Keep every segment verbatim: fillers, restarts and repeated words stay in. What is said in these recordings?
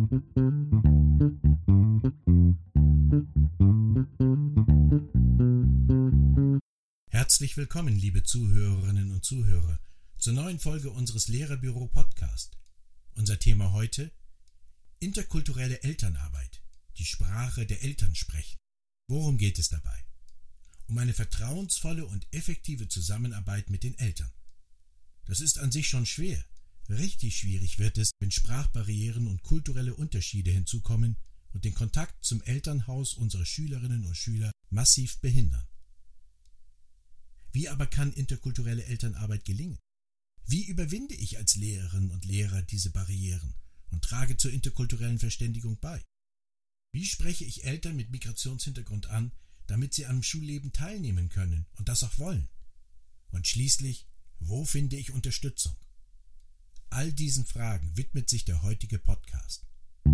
Herzlich willkommen, liebe Zuhörerinnen und Zuhörer, zur neuen Folge unseres Lehrerbüro-Podcast. Unser Thema heute: interkulturelle Elternarbeit, die Sprache der Eltern sprechen. Worum geht es dabei? Um eine vertrauensvolle und effektive Zusammenarbeit mit den Eltern. Das ist an sich schon schwer. Richtig schwierig wird es, wenn Sprachbarrieren und kulturelle Unterschiede hinzukommen und den Kontakt zum Elternhaus unserer Schülerinnen und Schüler massiv behindern. Wie aber kann interkulturelle Elternarbeit gelingen? Wie überwinde ich als Lehrerin und Lehrer diese Barrieren und trage zur interkulturellen Verständigung bei? Wie spreche ich Eltern mit Migrationshintergrund an, damit sie am Schulleben teilnehmen können und das auch wollen? Und schließlich, wo finde ich Unterstützung? All diesen Fragen widmet sich der heutige Podcast.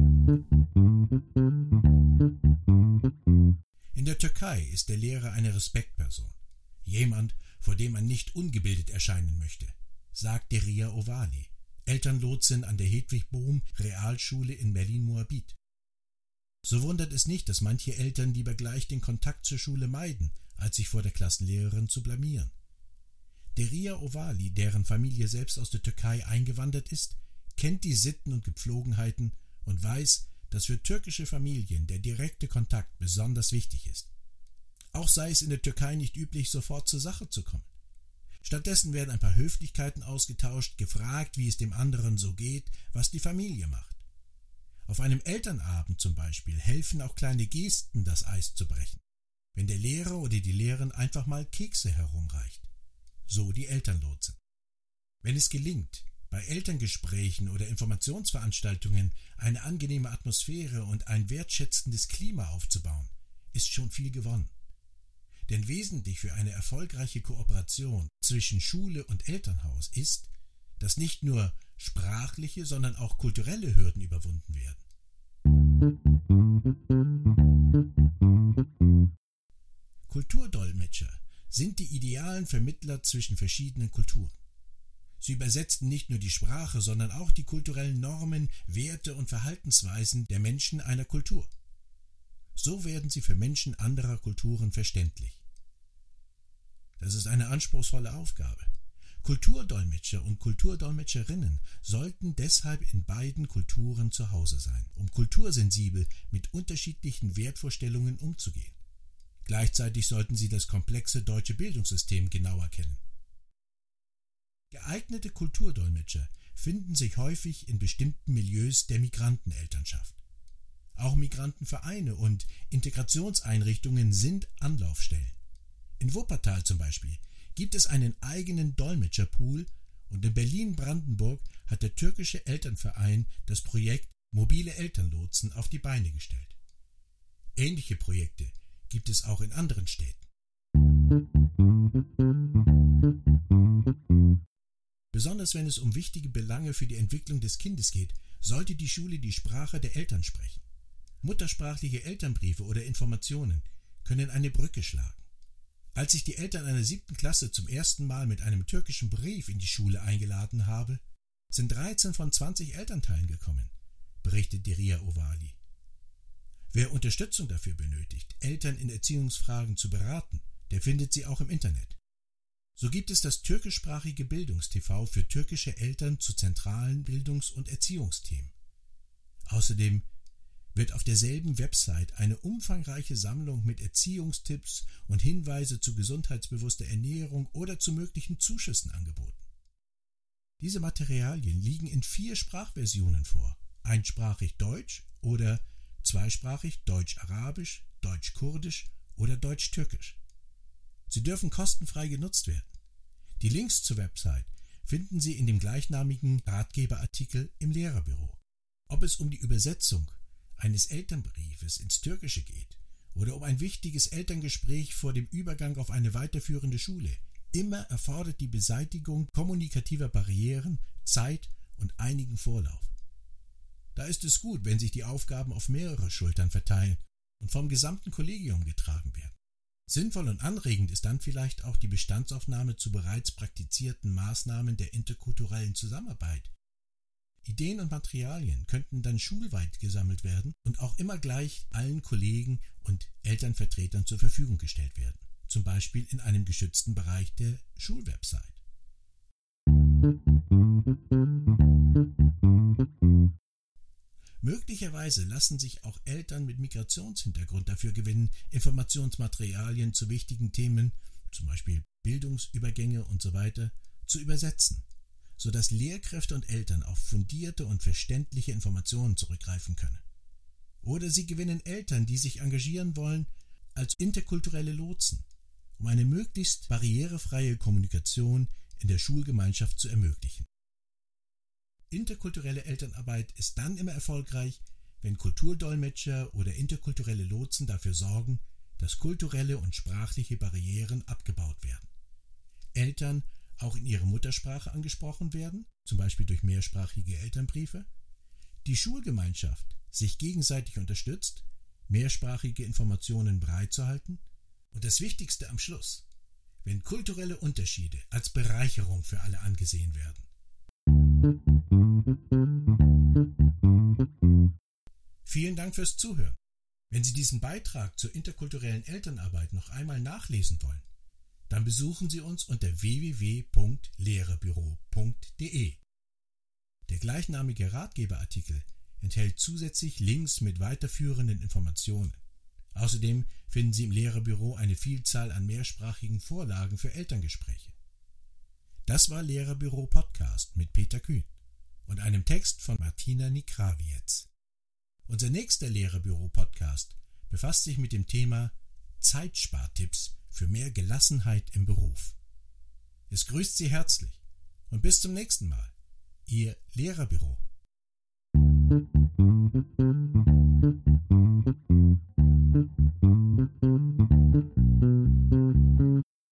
In der Türkei ist der Lehrer eine Respektperson. Jemand, vor dem man nicht ungebildet erscheinen möchte, sagt Derya Ovali, Elternlotsin an der Hedwig Bohm Realschule in Berlin-Moabit. So wundert es nicht, dass manche Eltern lieber gleich den Kontakt zur Schule meiden, als sich vor der Klassenlehrerin zu blamieren. Derya Ovali, deren Familie selbst aus der Türkei eingewandert ist, kennt die Sitten und Gepflogenheiten und weiß, dass für türkische Familien der direkte Kontakt besonders wichtig ist. Auch sei es in der Türkei nicht üblich, sofort zur Sache zu kommen. Stattdessen werden ein paar Höflichkeiten ausgetauscht, gefragt, wie es dem anderen so geht, was die Familie macht. Auf einem Elternabend zum Beispiel helfen auch kleine Gesten, das Eis zu brechen, wenn der Lehrer oder die Lehrerin einfach mal Kekse herumreicht. So die Elternlotsen. Wenn es gelingt, bei Elterngesprächen oder Informationsveranstaltungen eine angenehme Atmosphäre und ein wertschätzendes Klima aufzubauen, ist schon viel gewonnen. Denn wesentlich für eine erfolgreiche Kooperation zwischen Schule und Elternhaus ist, dass nicht nur sprachliche, sondern auch kulturelle Hürden überwunden werden. Kulturdolmetscher sind die idealen Vermittler zwischen verschiedenen Kulturen. Sie übersetzen nicht nur die Sprache, sondern auch die kulturellen Normen, Werte und Verhaltensweisen der Menschen einer Kultur. So werden sie für Menschen anderer Kulturen verständlich. Das ist eine anspruchsvolle Aufgabe. Kulturdolmetscher und Kulturdolmetscherinnen sollten deshalb in beiden Kulturen zu Hause sein, um kultursensibel mit unterschiedlichen Wertvorstellungen umzugehen. Gleichzeitig sollten sie das komplexe deutsche Bildungssystem genauer kennen. Geeignete Kulturdolmetscher finden sich häufig in bestimmten Milieus der Migrantenelternschaft. Auch Migrantenvereine und Integrationseinrichtungen sind Anlaufstellen. In Wuppertal zum Beispiel gibt es einen eigenen Dolmetscherpool und in Berlin-Brandenburg hat der türkische Elternverein das Projekt Mobile Elternlotsen auf die Beine gestellt. Ähnliche Projekte gibt es auch in anderen Städten. Besonders wenn es um wichtige Belange für die Entwicklung des Kindes geht, sollte die Schule die Sprache der Eltern sprechen. Muttersprachliche Elternbriefe oder Informationen können eine Brücke schlagen. Als ich die Eltern einer siebten Klasse zum ersten Mal mit einem türkischen Brief in die Schule eingeladen habe, sind dreizehn von zwanzig Elternteilen gekommen, berichtet Derya Ovali. Wer Unterstützung dafür benötigt, Eltern in Erziehungsfragen zu beraten, der findet sie auch im Internet. So gibt es das türkischsprachige Bildungst V für türkische Eltern zu zentralen Bildungs- und Erziehungsthemen. Außerdem wird auf derselben Website eine umfangreiche Sammlung mit Erziehungstipps und Hinweise zu gesundheitsbewusster Ernährung oder zu möglichen Zuschüssen angeboten. Diese Materialien liegen in vier Sprachversionen vor, einsprachig Deutsch oder zweisprachig Deutsch-Arabisch, Deutsch-Kurdisch oder Deutsch-Türkisch. Sie dürfen kostenfrei genutzt werden. Die Links zur Website finden Sie in dem gleichnamigen Ratgeberartikel im Lehrerbüro. Ob es um die Übersetzung eines Elternbriefes ins Türkische geht oder um ein wichtiges Elterngespräch vor dem Übergang auf eine weiterführende Schule, immer erfordert die Beseitigung kommunikativer Barrieren Zeit und einigen Vorlauf. Da ist es gut, wenn sich die Aufgaben auf mehrere Schultern verteilen und vom gesamten Kollegium getragen werden. Sinnvoll und anregend ist dann vielleicht auch die Bestandsaufnahme zu bereits praktizierten Maßnahmen der interkulturellen Zusammenarbeit. Ideen und Materialien könnten dann schulweit gesammelt werden und auch immer gleich allen Kollegen und Elternvertretern zur Verfügung gestellt werden, zum Beispiel in einem geschützten Bereich der Schulwebsite. Möglicherweise lassen sich auch Eltern mit Migrationshintergrund dafür gewinnen, Informationsmaterialien zu wichtigen Themen, zum Beispiel Bildungsübergänge usw., zu übersetzen, sodass Lehrkräfte und Eltern auf fundierte und verständliche Informationen zurückgreifen können. Oder sie gewinnen Eltern, die sich engagieren wollen, als interkulturelle Lotsen, um eine möglichst barrierefreie Kommunikation in der Schulgemeinschaft zu ermöglichen. Interkulturelle Elternarbeit ist dann immer erfolgreich, wenn Kulturdolmetscher oder interkulturelle Lotsen dafür sorgen, dass kulturelle und sprachliche Barrieren abgebaut werden. Eltern auch in ihrer Muttersprache angesprochen werden, zum Beispiel durch mehrsprachige Elternbriefe, die Schulgemeinschaft sich gegenseitig unterstützt, mehrsprachige Informationen bereitzuhalten und das Wichtigste am Schluss, wenn kulturelle Unterschiede als Bereicherung für alle angesehen werden. Vielen Dank fürs Zuhören. Wenn Sie diesen Beitrag zur interkulturellen Elternarbeit noch einmal nachlesen wollen, dann besuchen Sie uns unter w w w punkt lehrerbüro punkt d e. Der gleichnamige Ratgeberartikel enthält zusätzlich Links mit weiterführenden Informationen. Außerdem finden Sie im Lehrerbüro eine Vielzahl an mehrsprachigen Vorlagen für Elterngespräche. Das war Lehrerbüro Podcast mit Peter Kühn und einem Text von Martina Nikrawiec. Unser nächster Lehrerbüro Podcast befasst sich mit dem Thema Zeitspartipps für mehr Gelassenheit im Beruf. Es grüßt Sie herzlich und bis zum nächsten Mal. Ihr Lehrerbüro. Thank you.